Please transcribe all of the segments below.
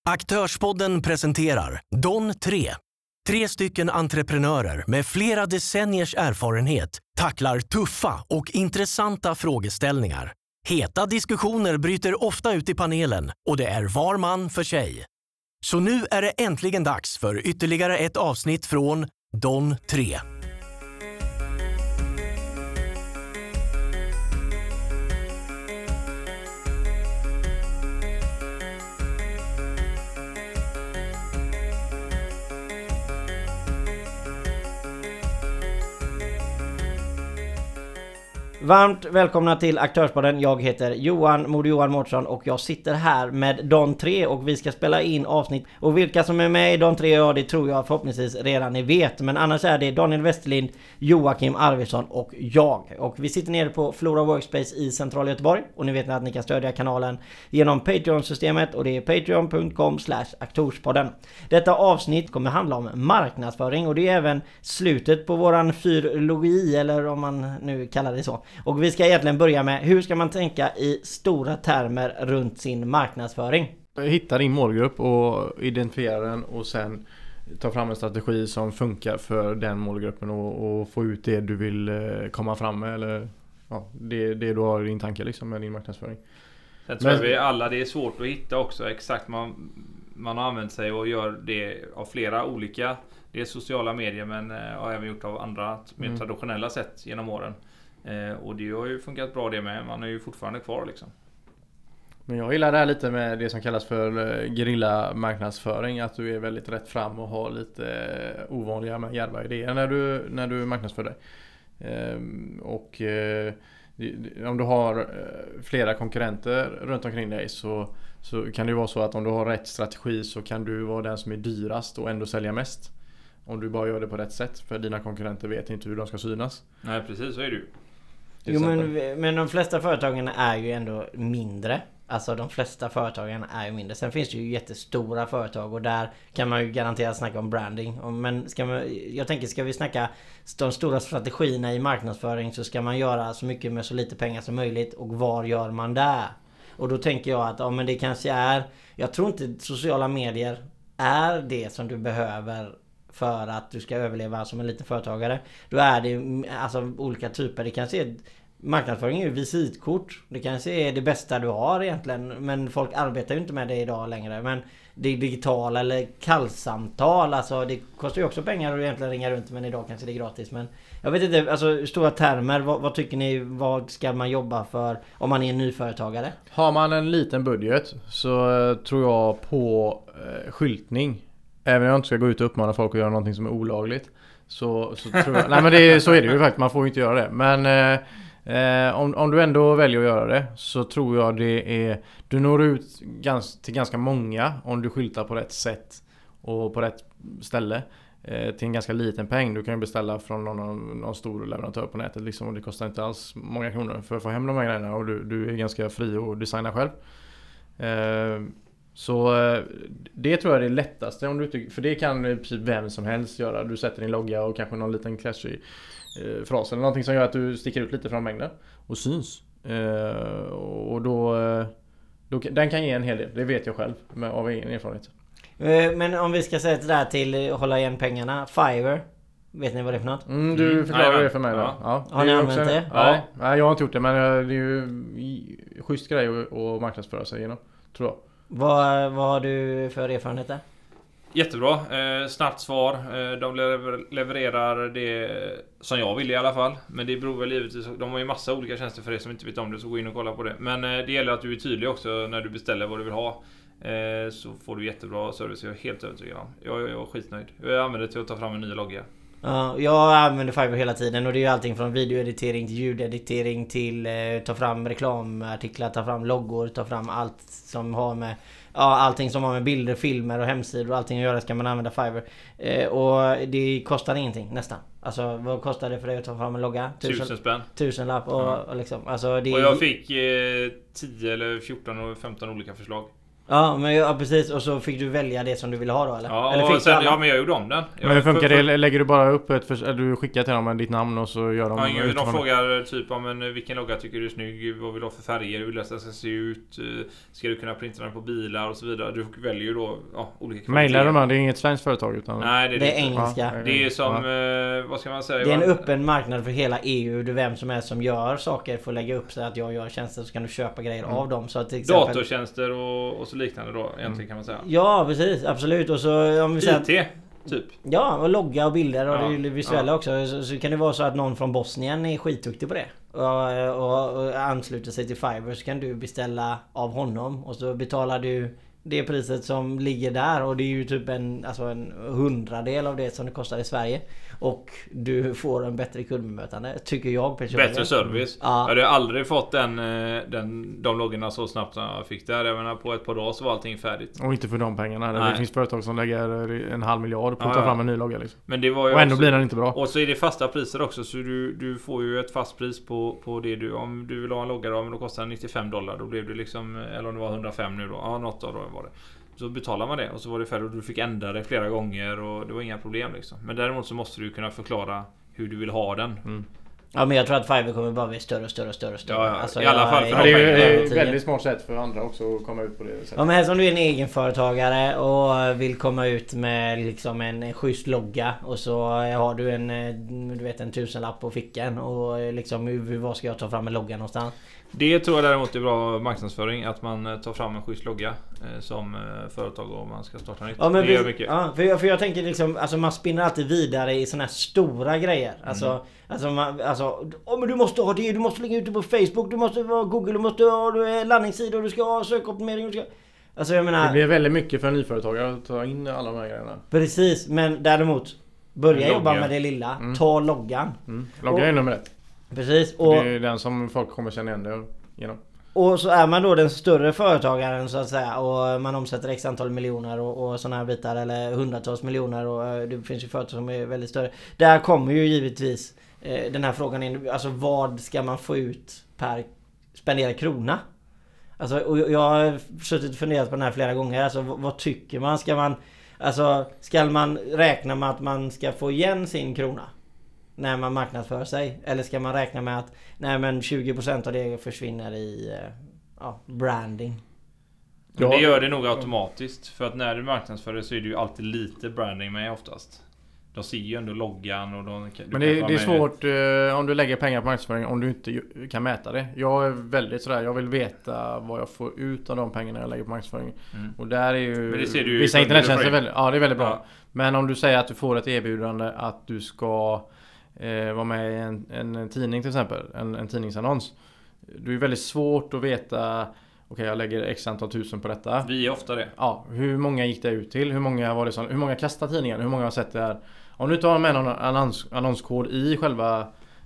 Aktörspodden presenterar Don 3. 3 stycken entreprenörer med flera decenniers erfarenhet tacklar tuffa och intressanta frågeställningar. Heta diskussioner bryter ofta ut i panelen och det är var man för sig. Så nu är det äntligen dags för ytterligare ett avsnitt från Don 3. Varmt välkomna till Aktörspodden. Jag heter Johan Mårtsson och jag sitter här med Don 3 och vi ska spela in avsnitt. Och vilka som är med i Don 3, ja, det tror jag förhoppningsvis redan ni vet. Men annars är det Daniel Westerlind, Joakim Arvidsson och jag. Och vi sitter nere på Flora Workspace i centrala Göteborg. Och ni vet att ni kan stödja kanalen genom Patreon-systemet och det är patreon.com/aktorspodden. Detta avsnitt kommer handla om marknadsföring och det är även slutet på våran fyrologi, eller om man nu kallar det så. Och vi ska egentligen börja med hur ska man tänka i stora termer runt sin marknadsföring? Hitta din målgrupp och identifiera den och sen ta fram en strategi som funkar för den målgruppen och få ut det du vill komma fram med, eller ja, det du har i din tanke liksom med din marknadsföring. Jag tror vi alla, det är svårt att hitta också exakt man har använt sig och gör det av flera olika, det är sociala medier men har även gjort av andra mer traditionella sätt genom åren. Och det har ju funkat bra det med, man är ju fortfarande kvar liksom. Men jag gillar det här lite med det som kallas för guerilla marknadsföring, att du är väldigt rätt fram och har lite ovanliga men djärva idéer när du marknadsför dig. Om du har flera konkurrenter runt omkring dig så kan det vara så att om du har rätt strategi så kan du vara den som är dyrast och ändå sälja mest. Om du bara gör det på rätt sätt, för dina konkurrenter vet inte hur de ska synas. Nej, precis, så är det ju. Jo, men de flesta företagen är ju ändå mindre. Alltså de flesta företagen är ju mindre. Sen finns det ju jättestora företag och där kan man ju garanterat snacka om branding. Men jag tänker, ska vi snacka de stora strategierna i marknadsföring så ska man göra så mycket med så lite pengar som möjligt. Och var gör man det? Och då tänker jag att men det kanske är... Jag tror inte sociala medier är det som du behöver för att du ska överleva som en liten företagare. Då är det alltså olika typer. Det kanske är, marknadsföring är ju visitkort. Det kanske är det bästa du har egentligen. Men folk arbetar ju inte med det idag längre. Men det är digital eller kallsamtal. Alltså det kostar ju också pengar att egentligen ringa runt. Men idag kanske det är gratis. Men jag vet inte, alltså stora termer. Vad tycker ni, vad ska man jobba för om man är en nyföretagare? Har man en liten budget så tror jag på skyltning. Även om jag inte ska gå ut och uppmana folk att göra någonting som är olagligt så tror jag... Nej, men så är det ju faktiskt, man får ju inte göra det. Men om du ändå väljer att göra det så tror jag det är... Du når ut till ganska många om du skyltar på rätt sätt och på rätt ställe till en ganska liten peng. Du kan ju beställa från någon stor leverantör på nätet liksom, och det kostar inte alls många kronor för att få hem de här grejerna, och du är ganska fri att designa själv. Så det tror jag är det lättaste om du för det kan typ vem som helst göra. Du sätter din logga och kanske någon liten clashig fras eller någonting som gör att du sticker ut lite från mängden och syns. Och då den kan ge en hel del. Det vet jag själv av egen erfarenhet. Men om vi ska säga det där till att hålla igen pengarna, Fiverr, vet ni vad det är för något? Du förklarar det för mig då. Ja. Har ni använt det? Ja. Nej, jag har inte gjort det, men det är ju schysst grej att marknadsföra sig igenom, tror jag. Vad har du för erfarenheter? Jättebra, snabbt svar. De levererar det som jag vill i alla fall. Men det beror väl givetvis, de har ju massa olika tjänster för er som inte vet om det, så gå in och kolla på det. Men det gäller att du är tydlig också när du beställer vad du vill ha. Så får du jättebra service, jag är helt övertygad om. Jag är skitnöjd. Jag använder det till att ta fram en ny logga. Ja, jag använder Fiverr hela tiden och det är ju allting från videoeditering till ljudeditering till ta fram reklamartiklar, ta fram loggor, ta fram allt som har med allting som har med bilder, filmer och hemsidor och allting att göra ska man använda Fiverr. Och det kostar ingenting nästan. Alltså vad kostar det för dig att ta fram en logga? 1000 spänn. 1000 lapp och liksom, alltså det... Och jag fick 10 eller 14 och 15 olika förslag. Ja, men precis. Och så fick du välja det som du ville ha då, eller? Ja, eller och fick sen, du alla? men jag gjorde om den. Men hur funkar det? Lägger du bara upp eller du skickar till dem med ditt namn och så gör de... Ja, de utifrån frågar typ om vilken logga tycker du är snygg, vad vill du ha för färger, hur vill du att den ska se ut, ska du kunna printa den på bilar och så vidare. Du väljer ju då olika kvaliteter. Mailar de man? Det är inget svenskt företag utan... Nej, det är engelska. Ja, Det är som, vad ska man säga? Det är en öppen marknad för hela EU. Du vem som helst som gör saker får lägga upp sig att jag gör tjänster, så kan du köpa grejer av dem. Så att till exempel... Datortjänster och så liknande då, egentligen kan man säga. Ja, precis. Absolut. Och så om vi säger... IT, typ. Ja, och logga och bilder och Ja, det visuella också. Så kan det vara så att någon från Bosnien är skitduktig på det. Och ansluter sig till Fiverr, så kan du beställa av honom. Och så betalar du det priset som ligger där. Och det är ju typ en 100-del av det som det kostar i Sverige. Och du får en bättre kundbemötande, tycker jag personligen. Bättre service. Ja. Jag hade aldrig fått de loggorna så snabbt som jag fick där. Jag menar, på ett par dagar så var allting färdigt. Och inte för de pengarna. Nej. Det finns företag som lägger 500 miljoner på att Ja, ta fram en ny logga liksom. Men det var ju Och ändå också, blir den inte bra. och så är det fasta priser också, så du får ju ett fast pris på det du, om du vill ha en logga då, men då kostar den $95, då blev det liksom, eller om det var 105 nu då, ja, något av det var det. Så betalar man det och så var det färdigt och du fick ändra det flera gånger och det var inga problem liksom. Men däremot så måste du kunna förklara hur du vill ha den. Ja, men jag tror att Fiverr kommer bara bli större. Ja, Alltså, i alla fall för Det är ju jag- ett väldigt smart sätt för andra också att komma ut på det sättet. Ja, men här som du är en egenföretagare och vill komma ut med liksom en schysst logga och så har du en 1000-lapp på fickan och liksom vad ska jag ta fram en logga någonstans? Det tror jag däremot är bra marknadsföring, att man tar fram en schysst logga som företag och man ska starta nytt. Ja, men det gör mycket. Ja, för jag tänker liksom, alltså man spinner alltid vidare i såna här stora grejer. Alltså men du måste ha det, du måste lägga ut det på Facebook, du måste ha Google, du måste ha landningssidor, du ska ha sökoptimering, du ska... Alltså jag menar... Det blir väldigt mycket för en nyföretagare att ta in alla de här grejerna. Precis, men däremot börja En jobba logga. med det lilla, ta loggan. Logga är nummer 1. Precis, och... Det är den som folk kommer känna igen det genom. Och så är man då den större företagaren så att säga och man omsätter x antal miljoner och såna här bitar eller hundratals miljoner och det finns ju företag som är väldigt större. Där kommer ju givetvis den här frågan in, alltså vad ska man få ut per spenderad krona? Alltså, och jag har suttit och funderat på den här flera gånger, alltså vad tycker man? Ska man räkna med att man ska få igen sin krona när man marknadsför sig? Eller ska man räkna med att 20% av det försvinner i branding? Men det gör det nog automatiskt, för att när du marknadsför det så är det ju alltid lite branding med oftast. De ser ju ändå loggan och Men det är svårt om du lägger pengar på marknadsföring om du inte kan mäta det. Jag är väldigt sådär, jag vill veta vad jag får ut av de pengarna jag lägger på marknadsföring. Och där är ju, men det ser du ju vissa internettjänster väldigt, det är väldigt bra. Ja. Men om du säger att du får ett erbjudande att du ska vara med i en tidning till exempel, en tidningsannons. Det är väldigt svårt att veta, okej, jag lägger x antal tusen på detta. Vi är ofta det. Ja, hur många gick det ut till? Hur många kastar tidningen? Hur många har sett det här? Om du inte har med någon annonskod i själva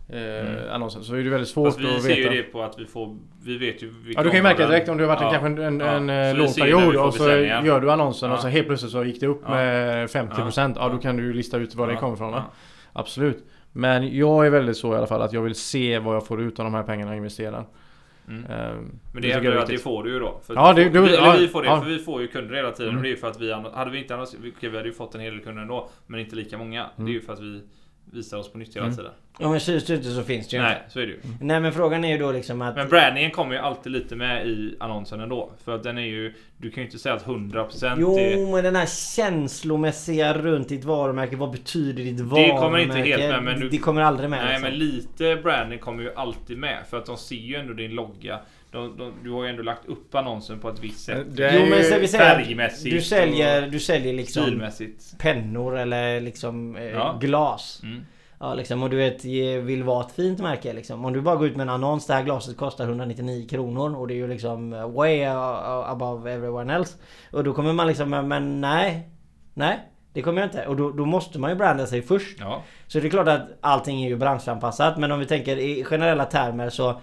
annonsen så är det väldigt svårt att veta. Vi ser ju det på att vi vet ju. Ja, du kan ju märka direkt om du har varit kanske en låg period och så gör du annonsen och så helt plötsligt så gick det upp med 50%. Ja, då kan du lista ut var det kommer ifrån. Ja. Absolut. Men jag är väldigt så i alla fall att jag vill se vad jag får ut av de här pengarna jag investerar. Men det är att det får du ju då. För ja, vi får det, för vi får ju kunder hela tiden. Och det är för att vi hade ju fått en hel del kunder ändå, men inte lika många. Det är ju för att vi visar oss på nytt hela tiden. Ja, men syns det inte så finns det ju Nej, inte. så är det ju. Nej, men frågan är ju då liksom att... Men brandingen kommer ju alltid lite med i annonsen ändå. För att den är ju, du kan ju inte säga att 100% Jo, är... men den här känslomässiga runt ditt varumärke, vad betyder ditt varumärke? Det kommer inte helt med, men det kommer aldrig med. Nej, liksom. men lite branding kommer ju alltid med. För att de ser ju ändå din logga. Du har ju ändå lagt upp annonsen på ett visst sätt. Det är jo, men så vi säger färgmässigt. du säljer liksom stilmässigt. pennor eller liksom glas. Ja, liksom, och du vet, vill vara ett fint märke liksom. Om du bara går ut med en annons, det här glaset kostar 199 kronor och det är ju liksom way above everyone else. Och då kommer man liksom, men nej, det kommer jag inte. Och då måste man ju branda sig först. Ja. Så det är klart att allting är ju branschanpassat. Men om vi tänker i generella termer så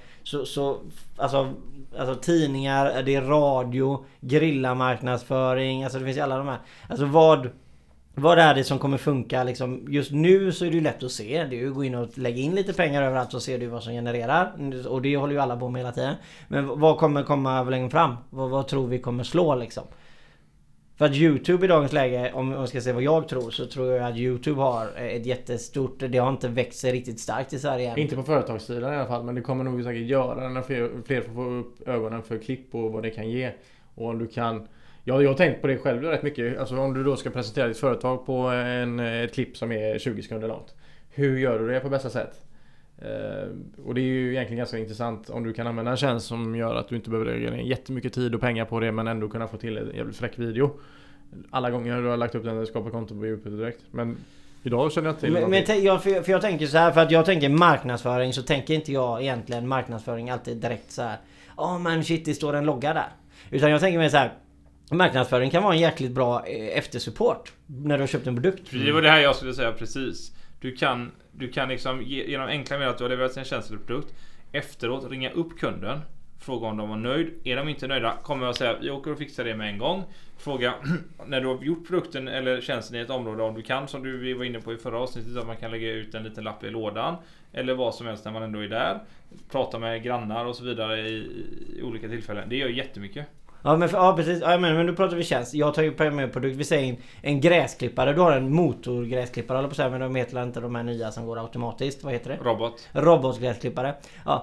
alltså tidningar, det är radio, grillamarknadsföring, alltså det finns ju alla de här. Alltså Vad är det som kommer funka liksom? Just nu så är det ju lätt att se. Det är ju att gå in och lägga in lite pengar överallt så ser du vad som genererar. Och det håller ju alla på med hela tiden. Men vad kommer komma längre fram? Vad tror vi kommer slå liksom? För att YouTube i dagens läge, om man ska se vad jag tror, så tror jag att YouTube har ett jättestort, det har inte växt sig riktigt starkt i Sverige än. Inte på företagssidan i alla fall, men det kommer nog säkert göra när fler får få upp ögonen för klipp och vad det kan ge. Och om du kan, jag har tänkt på det själv rätt mycket, alltså om du då ska presentera ditt företag på ett klipp som är 20 sekunder långt. Hur gör du det på bästa sätt? Och det är ju egentligen ganska intressant om du kan använda en tjänst som gör att du inte behöver lägga ner jättemycket tid och pengar på det, men ändå kunna få till en jävligt fräck video. Alla gånger du har lagt upp den, skapar konto på YouTube direkt. Men idag känner jag inte till jag tänker så här, för att jag tänker marknadsföring, så tänker inte jag egentligen marknadsföring alltid direkt så här. Men shit, det står en logga där. Utan jag tänker mig så här, marknadsföring kan vara en jäkligt bra eftersupport när du har köpt en produkt. Det var det här jag skulle säga precis. Du kan liksom genom enkla med att du har levererat en tjänst eller produkt efteråt ringa upp kunden, fråga om de var nöjd. Är de inte nöjda kommer jag säga vi åker och fixar det med en gång. Fråga när du har gjort produkten eller tjänsten i ett område om du kan, som vi var inne på i förra avsnittet, att man kan lägga ut en liten lapp i lådan eller vad som helst när man ändå är där. Prata med grannar och så vidare i olika tillfällen. Det gör jättemycket. Ja men, precis. Ja, men nu pratar vi tjänst. Jag tar ju på med produkt. Vi säger en gräsklippare. Du har en motorgräsklippare, håller på att säga, men de heter inte de här nya som går automatiskt. Vad heter det? Robotgräsklippare. Ja.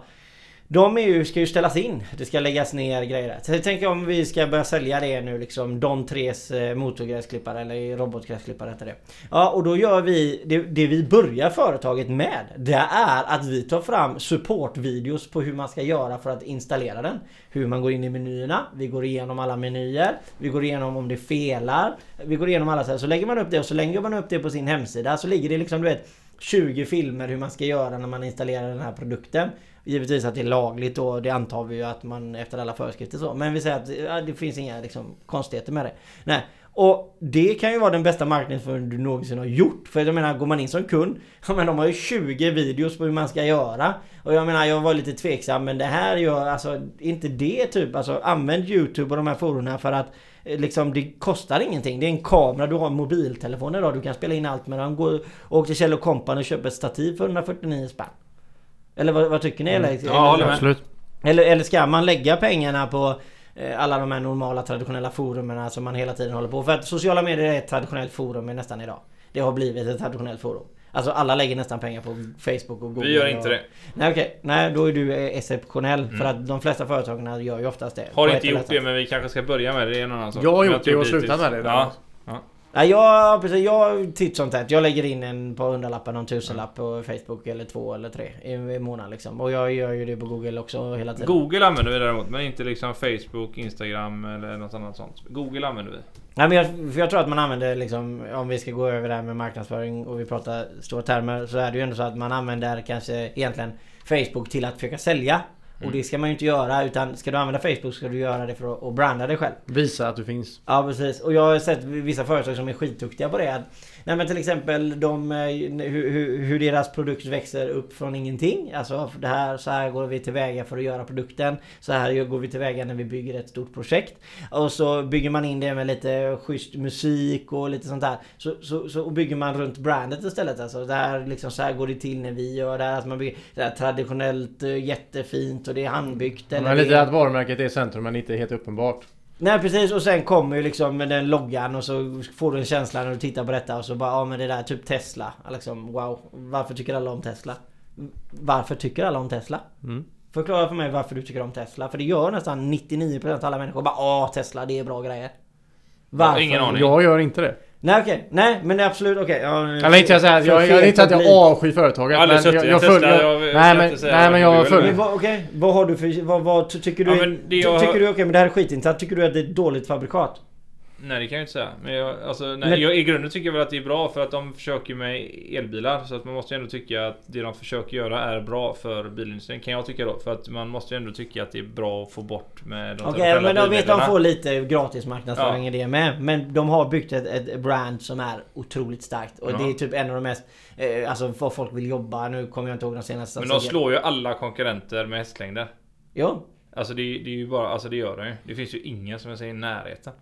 De ska ju ställas in. Det ska läggas ner grejer. Så jag tänker om vi ska börja sälja det nu liksom, Don 3s motorgräsklippare eller robotgräsklippare heter det. Ja, och då gör vi det vi börjar företaget med. Det är att vi tar fram supportvideos på hur man ska göra för att installera den. Hur man går in i menyerna. Vi går igenom alla menyer. Vi går igenom om det felar. Vi går igenom alla så lägger man upp det, och så lägger man upp det på sin hemsida. Så ligger det liksom, du vet, 20 filmer hur man ska göra när man installerar den här produkten. Givetvis att det är lagligt, och det antar vi ju att man efter alla föreskrifter så. Men vi säger att det finns inga liksom konstigheter med det. Nej. Och det kan ju vara den bästa marknadsföringen du någonsin har gjort. För jag menar, går man in som kund, men de har ju 20 videos på hur man ska göra. Och jag menar, jag var lite tveksam, men det här gör alltså inte det typ. Alltså använd YouTube och de här forumen för att liksom, det kostar ingenting. Det är en kamera, du har en mobiltelefon idag, du kan spela in allt med den. Åk till Kjell & Company och köp ett stativ för 149 spänn. Eller vad tycker ni? Ja, absolut. Eller ska man lägga pengarna på alla de här normala traditionella forumen som man hela tiden håller på? För att sociala medier är ett traditionellt forum nästan idag. Det har blivit ett traditionellt forum. Alltså alla lägger nästan pengar på Facebook och Google. Vi gör inte det. Nej, okej. Nej, då är du exceptionell. För att de flesta företagen gör ju oftast det. Har inte gjort det, men vi kanske ska börja med det. Det är en annan sak. Jag har gjort det och slutat med det. Ja. Nej, jag titt sånt här. Jag lägger in en på 100-lappen, någon 1000-lapp på Facebook eller 2 eller 3 i månaden liksom. Och jag gör ju det på Google också hela tiden. Google använder vi däremot, men inte liksom Facebook, Instagram eller något annat sånt. Google använder vi. Nej, men jag tror att man använder liksom, om vi ska gå över det här med marknadsföring och vi pratar stora termer, så är det ju ändå så att man använder kanske egentligen Facebook till att försöka sälja. Och det ska man ju inte göra, utan ska du använda Facebook ska du göra det för att branda dig själv. Visa att du finns. Ja, precis. Och jag har sett vissa företag som är skitduktiga på det. Nej, men till exempel hur deras produkt växer upp från ingenting. Alltså det här, så här går vi tillväga för att göra produkten. Så här går vi tillväga när vi bygger ett stort projekt. Och så bygger man in det med lite schysst musik och lite sånt där. Så bygger man runt brandet istället. Alltså det här, liksom, så här går det till när vi gör det här. Alltså man bygger det här traditionellt jättefint och det är handbyggt. Eller men lite att varumärket är centrum, men inte helt uppenbart. Nej, precis, och sen kommer ju liksom med den loggan och så får du en känsla när du tittar på detta och så bara, ja men det där typ Tesla liksom, wow, varför tycker alla om Tesla? Varför tycker alla om Tesla? Förklara för mig varför du tycker om Tesla, för det gör nästan 99% av alla människor bara, Tesla, det är bra grejer. Varför? Ingen aning. Jag gör inte det. Nej, okej. Nej, men det är absolut okej. Eller inte jag säger jag är inte att jag avskyr företaget, men jag följer. Nej, men jag följer. Okej, vad har du för vad tycker du? Ja, tycker du okej, men det här är skitintressant. Tycker du att det är ett dåligt fabrikat? Nej, det kan jag inte säga. Men jag i grunden tycker jag väl att det är bra, för att de försöker med elbilar, så att man måste ju ändå tycka att det de försöker göra är bra för bilindustrin, kan jag tycka då, för att man måste ju ändå tycka att det är bra att få bort med de okej, men de vet de får lite gratis marknadsföring i det med, men de har byggt ett brand som är otroligt starkt och det är typ en av de mest alltså vad folk vill jobba. Nu kommer jag inte ihåg de senaste. Men de slår ju alla konkurrenter med hästlängder. Jo. Alltså det är ju bara, alltså det gör de ju. Det finns ju ingen som är i närheten.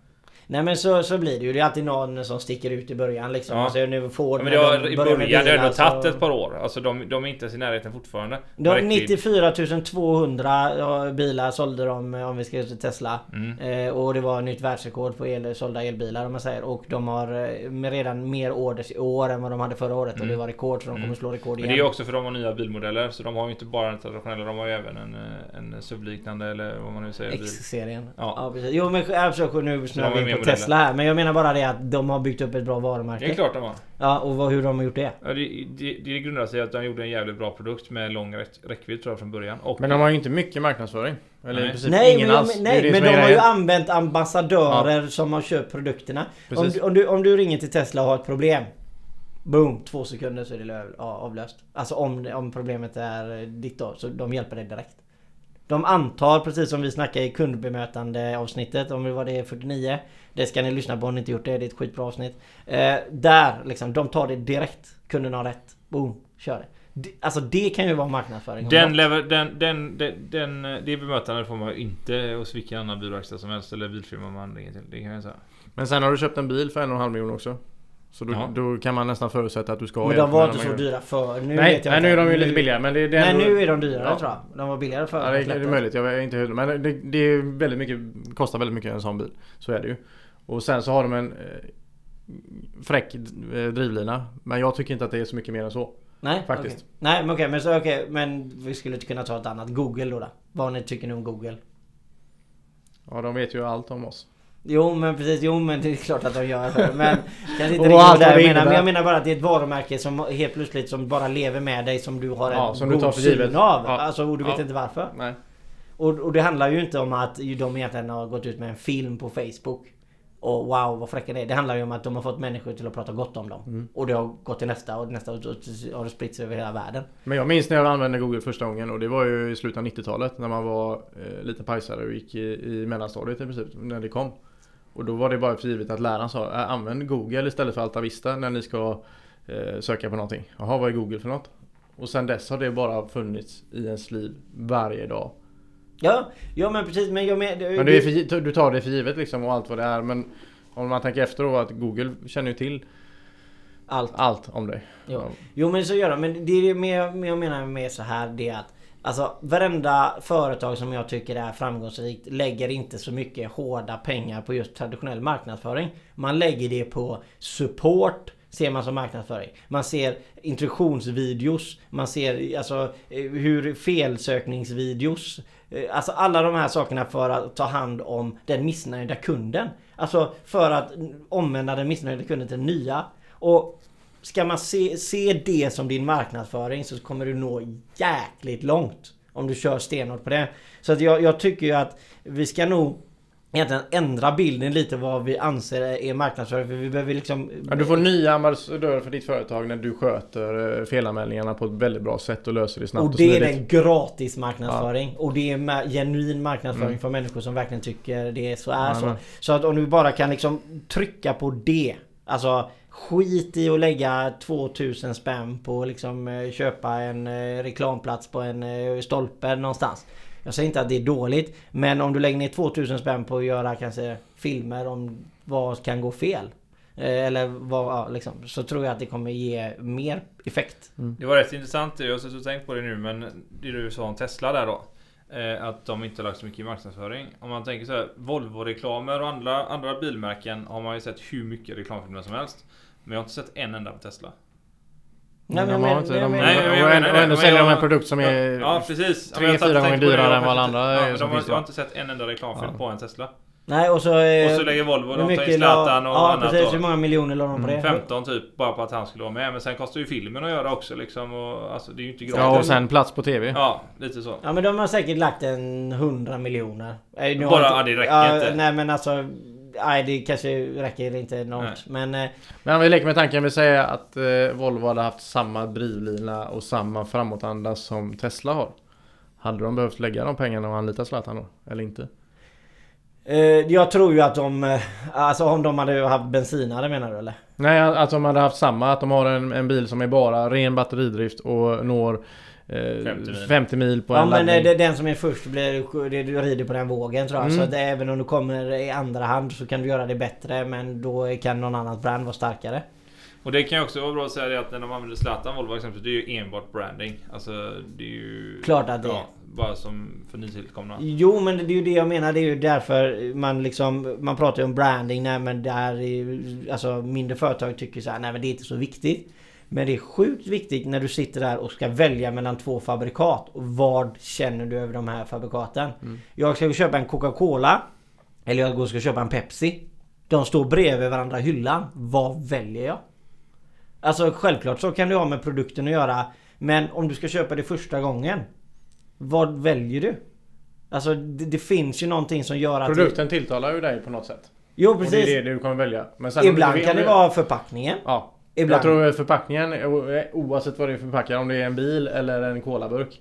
Nej men så blir det ju. Det är alltid någon som sticker ut i början liksom. Ja. Alltså nu Ford. Ja, men i början det har ändå tagit så... ett par år. Alltså de är inte ens i närheten fortfarande. De 94 200 bilar sålde de om vi ska till Tesla. Och det var nytt världsrekord på sålda elbilar om man säger. Och de har redan mer orders i år än vad de hade förra året. Och det var rekord så de kommer slå rekord igen. Men det är också för de har nya bilmodeller. Så de har ju inte bara en traditionella, de har ju även en subliknande eller vad man nu säger. X-serien. Ja. Precis. Jo men nu snöar vi in på Tesla här. Men jag menar bara det att de har byggt upp ett bra varumärke. Det är klart de har. Ja, och hur de har gjort det? Ja, det grundar sig att de gjorde en jävligt bra produkt med lång räckvidd tror jag från början. Och Men de har ju inte mycket marknadsföring. Eller i princip nej, ingen alls. Nej, men de har ju använt ambassadörer som har köpt produkterna. Om du ringer till Tesla och har ett problem. Boom, 2 sekunder så är det avlöst. Alltså om problemet är ditt då, så de hjälper dig direkt. De antar, precis som vi snackade i kundbemötande avsnittet, om det var det 49. Det ska ni lyssna på om ni inte gjort det, det är ett skitbra avsnitt. Där liksom, de tar det direkt. Kunden har rätt. Boom, kör det. Alltså det kan ju vara marknadsföring. Det bemötandet får man ju inte hos vilken annan bilverkstad som helst eller bilfirma man ringer till. Det kan jag säga. Men sen har du köpt en bil för 1,5 miljoner också. Så då kan man nästan förutsätta att du ska ha. Men de var inte så dyra för. Nu nej, nu är de ju lite billigare. Men det är ändå... nu är de dyrare tror jag. De var billigare för. Ja, det är möjligt. Jag är inte hur. Men det är väldigt mycket, kostar väldigt mycket en sån bil. Så är det ju. Och sen så har de en fräck drivlina. Men jag tycker inte att det är så mycket mer än så. Nej, faktiskt. Okay. Nej, men okej. Men vi skulle inte kunna ta ett annat. Google då. Vad tycker ni om Google? Ja, de vet ju allt om oss. Jo men precis, men det är klart att de gör det. Men kanske inte riktigt där men jag menar bara att det är ett varumärke som helt plötsligt som bara lever med dig, som du har en god syn av. Alltså, och du vet inte varför. Nej. Och det handlar ju inte om att de egentligen har gått ut med en film på Facebook och wow vad fräcka det är. Det handlar ju om att de har fått människor till att prata gott om dem. Och det har gått till nästa och har det spritts över hela världen. Men jag minns när jag använde Google första gången, och det var ju i slutet av 90-talet när man var lite pajsare och gick i mellanstadiet i princip när det kom. Och då var det bara för givet att läraren sa använd Google istället för Alta Vista när ni ska söka på någonting. Jaha, vad är Google för något? Och sen dess har det bara funnits i ens liv varje dag. Ja men precis. Men du tar det för givet liksom och allt vad det är. Men om man tänker efter då att Google känner ju till allt om dig. Jo men så gör de. Men det är mer jag menar med så här, det är att alltså varenda företag som jag tycker är framgångsrikt lägger inte så mycket hårda pengar på just traditionell marknadsföring. Man lägger det på support, ser man som marknadsföring. Man ser introduktionsvideos, man ser alltså hur felsökningsvideos, alltså alla de här sakerna för att ta hand om den missnöjda kunden. Alltså för att omvända den missnöjda kunden till nya. Och ska man se det som din marknadsföring så kommer du nå jäkligt långt om du kör stenhårt på det. Så att jag tycker ju att vi ska nog egentligen ändra bilden lite vad vi anser är marknadsföring. För vi behöver liksom... Ja, du får nya ambassadörer för ditt företag när du sköter felanmälningarna på ett väldigt bra sätt och löser det snabbt. Och det är en gratis marknadsföring. Ja. Och det är genuin marknadsföring för människor som verkligen tycker det så är så. Så att om du bara kan liksom trycka på det. Alltså skit i att lägga 2000 spänn på liksom köpa en reklamplats på en stolpe någonstans. Jag säger inte att det är dåligt, men om du lägger ner 2000 spänn på att göra kanske filmer om vad kan gå fel eller vad liksom, så tror jag att det kommer ge mer effekt. Det var rätt intressant, jag har så tänkt på det nu, men det du sa om Tesla där då, att de inte har lagt så mycket i marknadsföring. Om man tänker så här, Volvo-reklamer och andra bilmärken har man ju sett hur mycket reklamfilmer som helst. Men jag har inte sett en enda på Tesla. Nej, men ändå säljer de en produkt som är 3-4 gånger dyrare än vad alla andra. Jag har inte sett en enda reklamfilm på en Tesla. Nej, och så lägger Volvo, de tar ju Zlatan och annat. Precis, hur många miljoner la de på det? 15 typ, bara på att han skulle vara med. Men sen kostar ju filmen att göra också liksom, och alltså det är ju inte gratis. Ja, och sen plats på tv. Ja, lite så. Ja, men de har säkert lagt 100 miljoner. Bara, det räcker inte. Nej, men alltså... Nej, det kanske räcker inte något. Men om vi leker med tanken, vi säger att Volvo hade haft samma drivlina och samma framåtanda som Tesla har. Hade de behövt lägga de pengarna och anlita Zlatan då? Eller inte? Jag tror ju att alltså om de hade haft bensinare, menar du eller? Nej, att de hade haft samma, att de har en bil som är bara ren batteridrift och når 50 mil på ja, en men laddning. den som är först du rider på den vågen tror jag. Så att även om du kommer i andra hand så kan du göra det bättre, men då kan någon annan brand vara starkare. Och det kan ju också vara bra att säga det att när de använder Zlatan Volvo exempel, det är ju enbart branding. Alltså det är ju... Klart att det är. Bara som för nytillkomna. Jo, men det är ju det jag menar. Det är ju därför man pratar ju om branding. Nej, men där är, alltså mindre företag tycker så här, nej men det är inte så viktigt. Men det är sjukt viktigt när du sitter där och ska välja mellan 2 fabrikat. Och vad känner du över de här fabrikaten? Jag ska köpa en Coca-Cola eller jag ska köpa en Pepsi. De står bredvid varandra i hyllan. Vad väljer jag? Alltså självklart så kan du ha med produkten att göra. Men om du ska köpa det första gången, vad väljer du? Alltså det finns ju någonting som gör att... Produkten tilltalar ju dig på något sätt. Jo, precis. Och det är det du kommer välja. Men sen ibland kan det vara förpackningen. Ja. Ibland. Jag tror förpackningen, oavsett vad det är förpackad, om det är en bil eller en colaburk.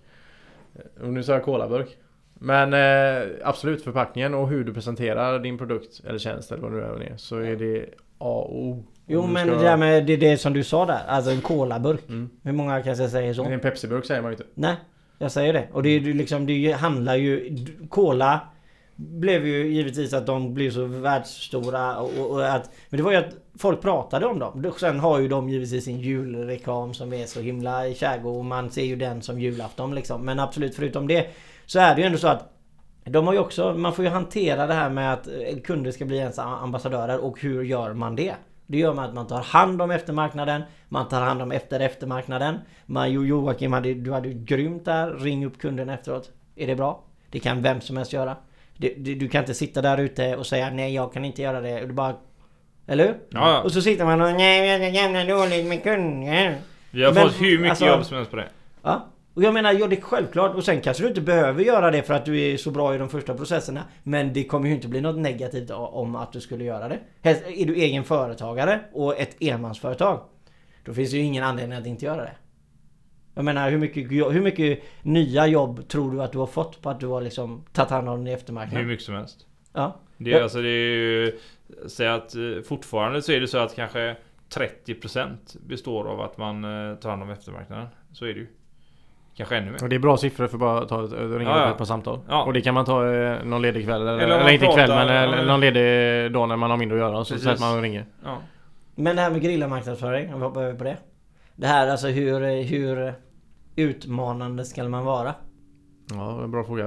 Och nu sa jag colaburk. Men absolut förpackningen och hur du presenterar din produkt eller tjänst eller vad nu är, så är det A och O. Jo, men det där med det som du sa där, alltså en colaburk. Hur många kanske säger så? En Pepsi-burk säger man ju inte. Nej, jag säger det. Och det är ju liksom, det handlar ju... Cola blev ju givetvis att de blev så världsstora och att... Men det var ju att folk pratade om dem. Sen har ju de givetvis sin julreklam som är så himla kärgo och man ser ju den som julafton liksom. Men absolut, förutom det så är det ju ändå så att de har ju också... Man får ju hantera det här med att kunder ska bli ens ambassadörer, och hur gör man det? Det gör man att man tar hand om eftermarknaden. Man tar hand om eftermarknaden. Joakim, du hade ju grymt där. Ring upp kunden efteråt. Är det bra? Det kan vem som helst göra. Du kan inte sitta där ute och säga nej, jag kan inte göra det. Och du bara... Eller hur? Ja. Och så sitter man och nej, jag är jävla dålig med kunden. Vi har fått hur mycket jobb som helst på det. Ja. Och jag menar, ja, det är självklart. Och sen kanske du inte behöver göra det för att du är så bra i de första processerna. Men det kommer ju inte bli något negativt om att du skulle göra det. Är du egen företagare och ett enmansföretag, då finns det ju ingen anledning att inte göra det. Jag menar, hur mycket nya jobb tror du att du har fått på att du har liksom tagit hand om den i eftermarknaden? Hur mycket som helst. Ja. Det är ju... Säg att fortfarande så är det så att kanske 30% består av att man tar hand om eftermarknaden. Så är det ju. Kanske ännu mer. Och det är bra siffror för bara att ringa på samtal. Ja. Och det kan man ta någon ledig kväll. Eller inte kväll, men någon ledig dag när man har mindre att göra. Så att man ringer. Ja. Men det här med grillamarknadsföring, om vi hoppar över på det. Det här, alltså hur utmanande ska man vara? Ja, bra fråga.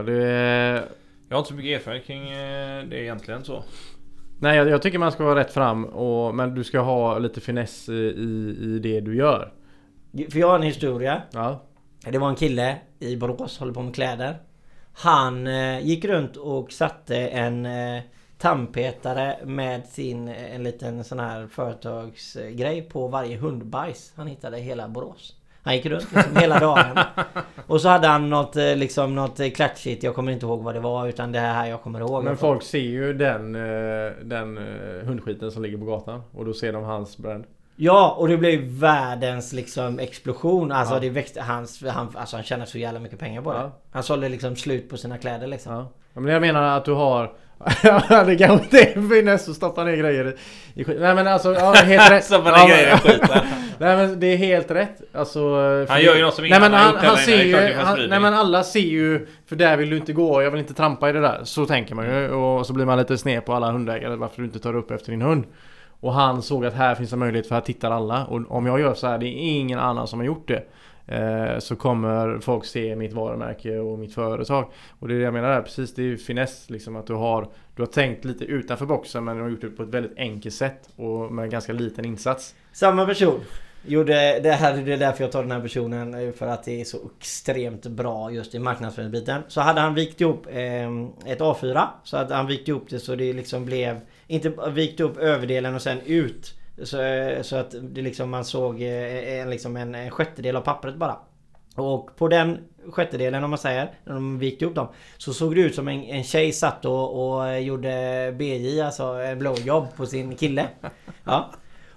Jag har inte så mycket erfarenhet kring det egentligen så. Nej, jag tycker man ska vara rätt fram. Men du ska ha lite finess i det du gör. För jag har en historia. Ja. Det var en kille i Borås, håller på med kläder. Han gick runt och satte en tandpetare med en liten sån här företagsgrej på varje hundbajs han hittade i hela Borås. Han gick runt liksom hela dagen. Och så hade han något klatschigt. Jag kommer inte ihåg vad det var, utan det här jag kommer ihåg. Men folk ser ju den hundskiten som ligger på gatan. Och då ser de hans brand. Ja, och det blev världens liksom explosion. Alltså det växte, han tjänade så jävla mycket pengar på det. Ja. Han sålde liksom slut på sina kläder liksom. Ja. Men jag menar att du har... det kan inte finnas att stoppa ner grejer i skit. Nej men alltså, ja, helt rätt. Stoppa ner grejer i skiten. Nej men det är helt rätt. Alltså, han gör ju något som ingen annan har gjort. Han ser ju, nej men alla ser ju, för där vill du inte gå, jag vill inte trampa i det där. Så tänker man ju. Och så blir man lite sned på alla hundägare varför du inte tar upp efter din hund. Och han såg att här finns en möjlighet, för här tittar alla. Och om jag gör så här, det är ingen annan som har gjort det. Så kommer folk se mitt varumärke och mitt företag. Och det är det jag menar där, precis, det är ju finess liksom, att du har tänkt lite utanför boxen, men du har gjort det på ett väldigt enkelt sätt och med en ganska liten insats. Samma person gjorde det här, det är därför jag tar den här personen, för att det är så extremt bra just i marknadsföringsbiten. Så hade han vikt ihop ett A4, så hade han vikt ihop det så det liksom blev, inte vikt upp överdelen och sen ut. Så att det liksom, man såg en sjättedel av pappret bara. Och på den sjättedelen, om man säger, när de vikte upp dem, så såg det ut som en tjej satt och gjorde BJ, alltså en blowjob på sin kille. Ja.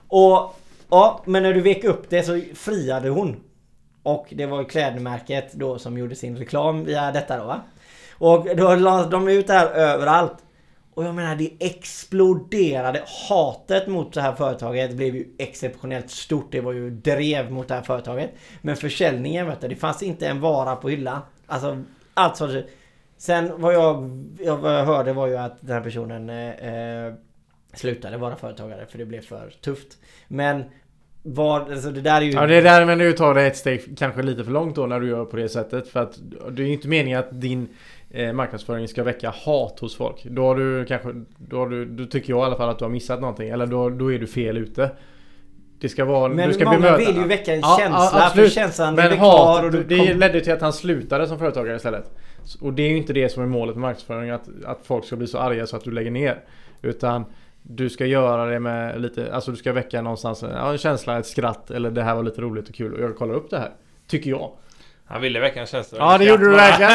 Men när du vek upp det så friade hon. Och det var klädmärket då som gjorde sin reklam via detta då, va? Och då la de ut det här överallt. Och jag menar, det exploderade. Hatet mot det här företaget blev ju exceptionellt stort. Det var ju drev mot det här företaget. Men försäljningen, vet du, det fanns inte en vara på hyllan. Alltså, allt så. Sen vad jag hörde var ju att den här personen slutade vara företagare för det blev för tufft. Men alltså det där är ju... Ja, det där, men du tar det ett steg kanske lite för långt då när du gör på det sättet. För att det är ju inte meningen att din marknadsföring ska väcka hat hos folk. Då har du kanske, då tycker jag i alla fall att du har missat någonting. Eller då är du fel ute. Det ska vara, men du ska många bemöta. vill ju väcka en känsla, för känslan men är kvar. Och det ledde till att han slutade som företagare istället. Och det är ju inte det som är målet med marknadsföring, att folk ska bli så arga så att du lägger ner. Utan du ska göra det med lite, alltså du ska väcka någonstans en känsla, ett skratt, eller det här var lite roligt och kul och jag kollar upp det här, tycker jag. Han ville väcka en känsla. Ja, det gjorde du verkligen.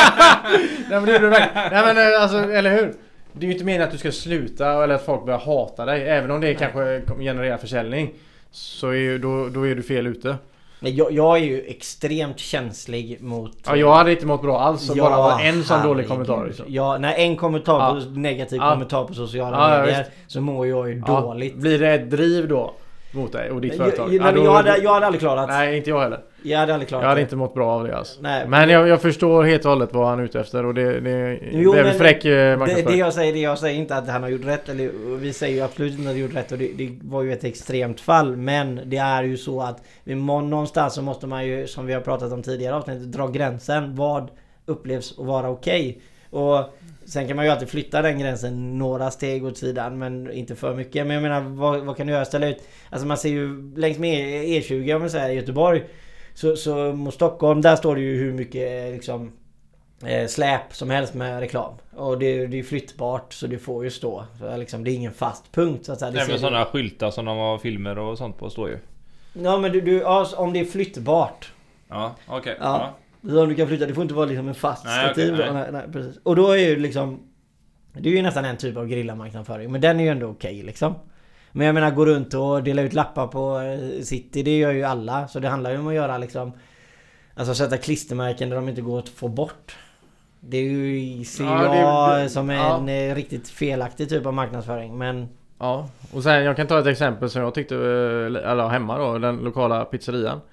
Nej, men det gjorde du verkligen. Nej, men alltså, eller hur? Det är ju inte meningen att du ska sluta eller att folk börjar hata dig, även om det kanske genererar försäljning. Så är ju, då är du fel ute. Nej, jag är ju extremt känslig mot... Ja, jag hade inte mått bra alls. Så bara var en sån dålig kommentar. Liksom. Ja, när en kommentar på negativ kommentar på sociala medier så mår jag ju dåligt. Blir det ett driv då mot dig och ditt företag? Jag hade aldrig klarat. Nej, inte jag heller. Jag hade aldrig klarat. Jag hade inte mått bra av det alltså. Nej, men jag förstår helt och hållet vad han är ute efter och det är fräck marknadsföring. Det jag säger inte att han har gjort rätt, eller vi säger ju absolut inte att han har gjort rätt, och det var ju ett extremt fall, men det är ju så att någonstans så måste man ju, som vi har pratat om tidigare avsnitt, dra gränsen. Vad upplevs att vara okej? Och sen kan man ju alltid flytta den gränsen några steg åt sidan, men inte för mycket. Men jag menar, vad kan du göra? Ställa ut, alltså man ser ju längs med E20 om man säger i Göteborg, så mot Stockholm, där står det ju hur mycket liksom släp som helst med reklam. Och det är flyttbart, så det får ju stå. Så liksom, det är ingen fast punkt så att säga. Även sådana skyltar som de har filmer och sånt på står ju. Ja, men om det är flyttbart. Ja, okej. Okay. Ja. Så om du kan flytta, det får inte vara liksom en fast stativ. Nej, precis. Och då är ju liksom, det är ju nästan en typ av grillamarknadsföring, men den är ju ändå okej liksom. Men jag menar, gå runt och dela ut lappar på City, det gör ju alla. Så det handlar ju om att göra liksom, alltså sätta klistermärken där de inte går att få bort. Det är ju, ser jag som en riktigt felaktig typ av marknadsföring. Men ja, och sen jag kan ta ett exempel som jag tyckte, eller hemma då, den lokala pizzerian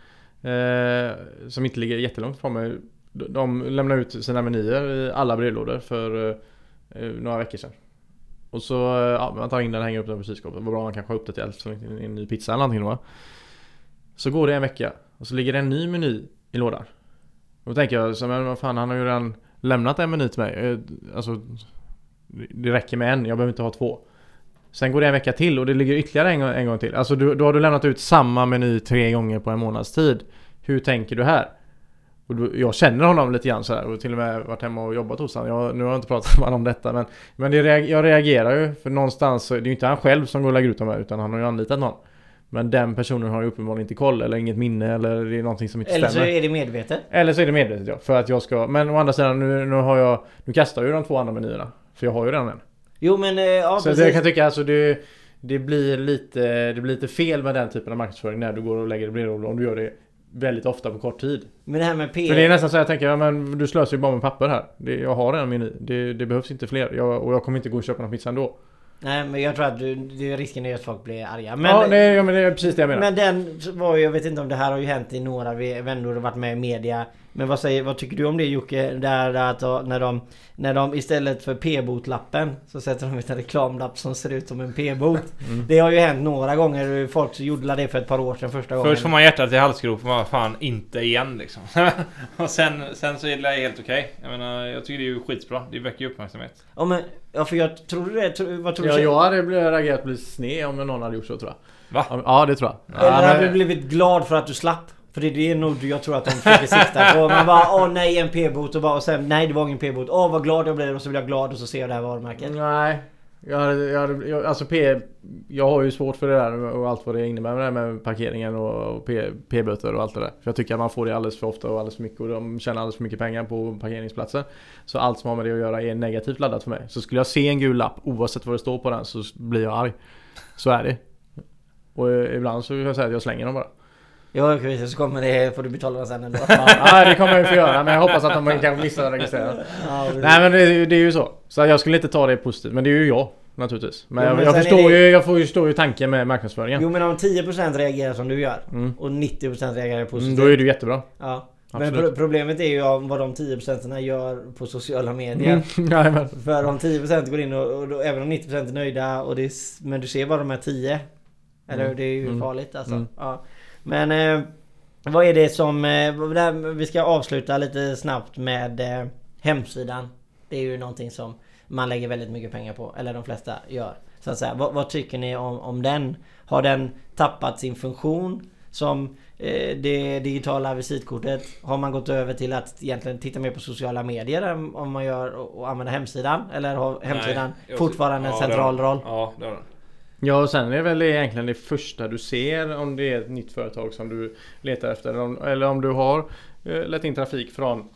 som inte ligger jättelångt från mig. De lämnar ut sina menyer i alla brevlådor för några veckor sedan. Och så man tar in den och hänger upp den på kylskåpet. Vad bra, man kanske har uppdaterat en ny pizza eller någonting då. Så går det en vecka och så ligger det en ny meny i lådan. Och då tänker jag så, men vad fan, han har ju redan lämnat en meny till mig. Alltså det räcker med en, jag behöver inte ha 2. Sen går det en vecka till och det ligger ytterligare en gång till. Alltså då har du lämnat ut samma meny 3 gånger på en månads tid. Hur tänker du här? Och jag känner honom lite grann så här, och till och med varit hemma och jobbat hos honom. Nu har jag inte pratat med honom om detta, men jag reagerar ju, för någonstans så, det är ju inte han själv som går och lägger ut dem här, utan han har ju anlitat någon. Men den personen har ju uppenbarligen inte koll, eller inget minne, eller det är någonting som inte stämmer. Eller så är det medvetet. Eller så är det medvetet, ja. För att jag ska, men å andra sidan, nu kastar jag ju de 2 andra menyerna. För jag har ju redan en. Jo, men ja, så precis. Jag kan tycka, alltså det blir lite fel med den typen av marknadsföring när du går och lägger det brevlådor, om du gör det väldigt ofta på kort tid. Men det här med PR... För det är nästan så jag tänker, men du slösar ju bara med papper här. Jag har en meny. Det behövs inte fler. Och jag kommer inte gå och köpa någon pizza ändå. Nej, men jag tror att risken är att folk blir arga. Men, men det är precis det jag menar. Men den var ju, jag vet inte om det här har ju hänt i några vänner och varit med i media. Men vad tycker du om det, Jocke? Där att när de istället för p-botlappen så sätter de ut en reklamlapp som ser ut som en p-bot. Det har ju hänt några gånger. Folk gjorde det för ett par år sedan första gången. Först får man hjärtat i halsgropen, man fan inte igen liksom. Och sen så är det helt okej. Jag menar, jag tycker det är ju skitbra. Det väcker ju uppmärksamhet. Ja, men för jag tror det. Vad tror du? Ja, jag hade reagerat på lite sned om någon hade gjort så, tror jag. Va? Ja, det tror jag. Eller hade du blivit glad för att du slapp? För det är nog jag tror att de försöker sikta på. Man bara, nej, en p-bot, och sen, nej, det var ingen p-bot. Vad glad jag blir, och så blir jag glad och så ser jag det här varumärket. Nej, jag har ju svårt för det där och allt vad det innebär med det här med parkeringen och p-böter och allt det där. För jag tycker att man får det alldeles för ofta och alldeles för mycket, och de tjänar alldeles för mycket pengar på parkeringsplatser. Så allt som har med det att göra är negativt laddat för mig. Så skulle jag se en gul lapp, oavsett vad det står på den, så blir jag arg. Så är det. Och ibland så kan jag säga att jag slänger dem bara. Ja, så kommer det, får du betala sen ändå. Ja, det kommer jag ju få göra, men jag hoppas att de kan missa att registrera. Nej, men det är ju så. Så jag skulle inte ta det positivt, men det är ju jag naturligtvis. Men, men jag förstår ju tanken med marknadsföringen. Jo, men om 10% reagerar som du gör och 90% reagerar positivt. Då är det ju jättebra. Ja. Men problemet är ju vad de 10% gör på sociala medier. För om 10% går in och även om 90% är nöjda men du ser bara de här 10. Eller det är ju farligt alltså. Ja. Men vad är det som vi ska avsluta lite snabbt med hemsidan. Det är ju någonting som man lägger väldigt mycket pengar på, eller de flesta gör. Så att säga, vad tycker ni om den? Har den tappat sin funktion som det digitala visitkortet? Har man gått över till att egentligen titta mer på sociala medier om man gör och använder hemsidan? Eller har hemsidan fortfarande en central roll? Ja, det har den. Ja, och sen är det väl egentligen det första du ser om det är ett nytt företag som du letar efter. Eller om du har lett in trafik från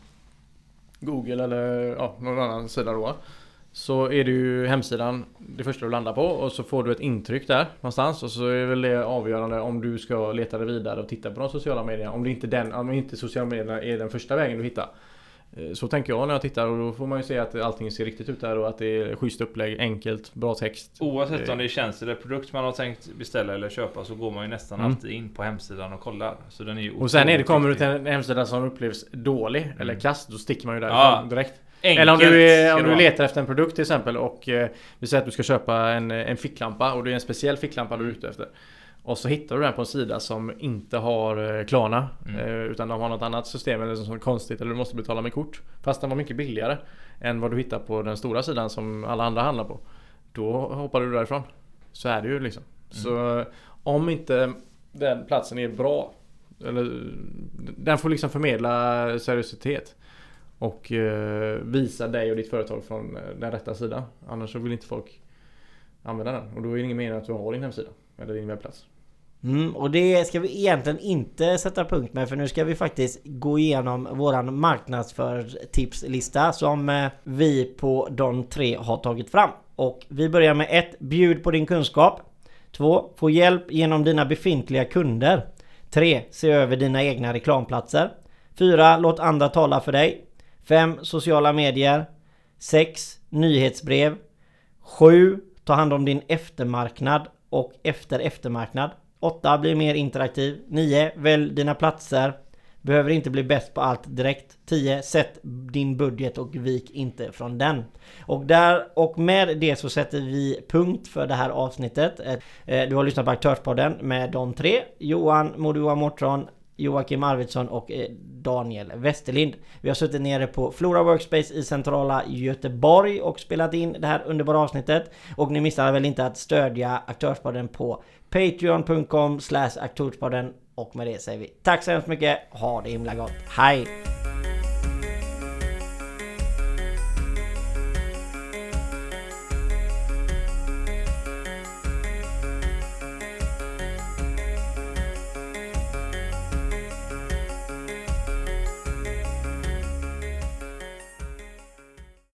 Google eller någon annan sida då. Så är det ju hemsidan det första du landar på, och så får du ett intryck där någonstans, och så är väl det avgörande om du ska leta dig vidare och titta på de sociala medierna. Om inte sociala medierna är den första vägen du hittar. Så tänker jag när jag tittar, och då får man ju se att allting ser riktigt ut där och att det är schysst upplägg, enkelt, bra text. Oavsett om det är tjänst eller produkt man har tänkt beställa eller köpa, så går man ju nästan alltid in på hemsidan och kollar. Så den är ju, och sen kommer du till en hemsida som upplevs dålig eller kast, då sticker man ju därifrån direkt. Enkelt, eller om du letar efter en produkt till exempel, och vi säger att du ska köpa en ficklampa, och det är en speciell ficklampa du är ute efter. Och så hittar du den på en sida som inte har Klarna, utan de har något annat system eller som är konstigt, eller du måste betala med kort. Fast den var mycket billigare än vad du hittar på den stora sidan som alla andra handlar på. Då hoppar du därifrån. Så är det ju liksom. Så om inte den platsen är bra, eller den får liksom förmedla seriositet och visa dig och ditt företag från den rätta sidan. Annars så vill inte folk använda den. Och då är det ingen mening att du har din hemsida eller din webbplats. Och det ska vi egentligen inte sätta punkt med, för nu ska vi faktiskt gå igenom våran marknadsförtipslista som vi på de 3 har tagit fram. Och vi börjar med 1. Bjud på din kunskap. 2. Få hjälp genom dina befintliga kunder. 3. Se över dina egna reklamplatser. 4. Låt andra tala för dig. 5. Sociala medier. 6. Nyhetsbrev. 7. Ta hand om din eftermarknad och eftermarknad. 8. Bli mer interaktiv. 9. Välj dina platser. Behöver inte bli bäst på allt direkt. 10. Sätt din budget och vik inte från den. Och med det så sätter vi punkt för det här avsnittet. Du har lyssnat på Aktörspodden med de 3. Johan Modua Mårtsson, Joakim Arvidsson och Daniel Westerlind. Vi har suttit nere på Flora Workspace i centrala Göteborg och spelat in det här underbara avsnittet. Och ni missar väl inte att stödja Aktörspodden på patreon.com/aktörspodden. Och med det säger vi tack så hemskt mycket. Ha det himla gott. Hej!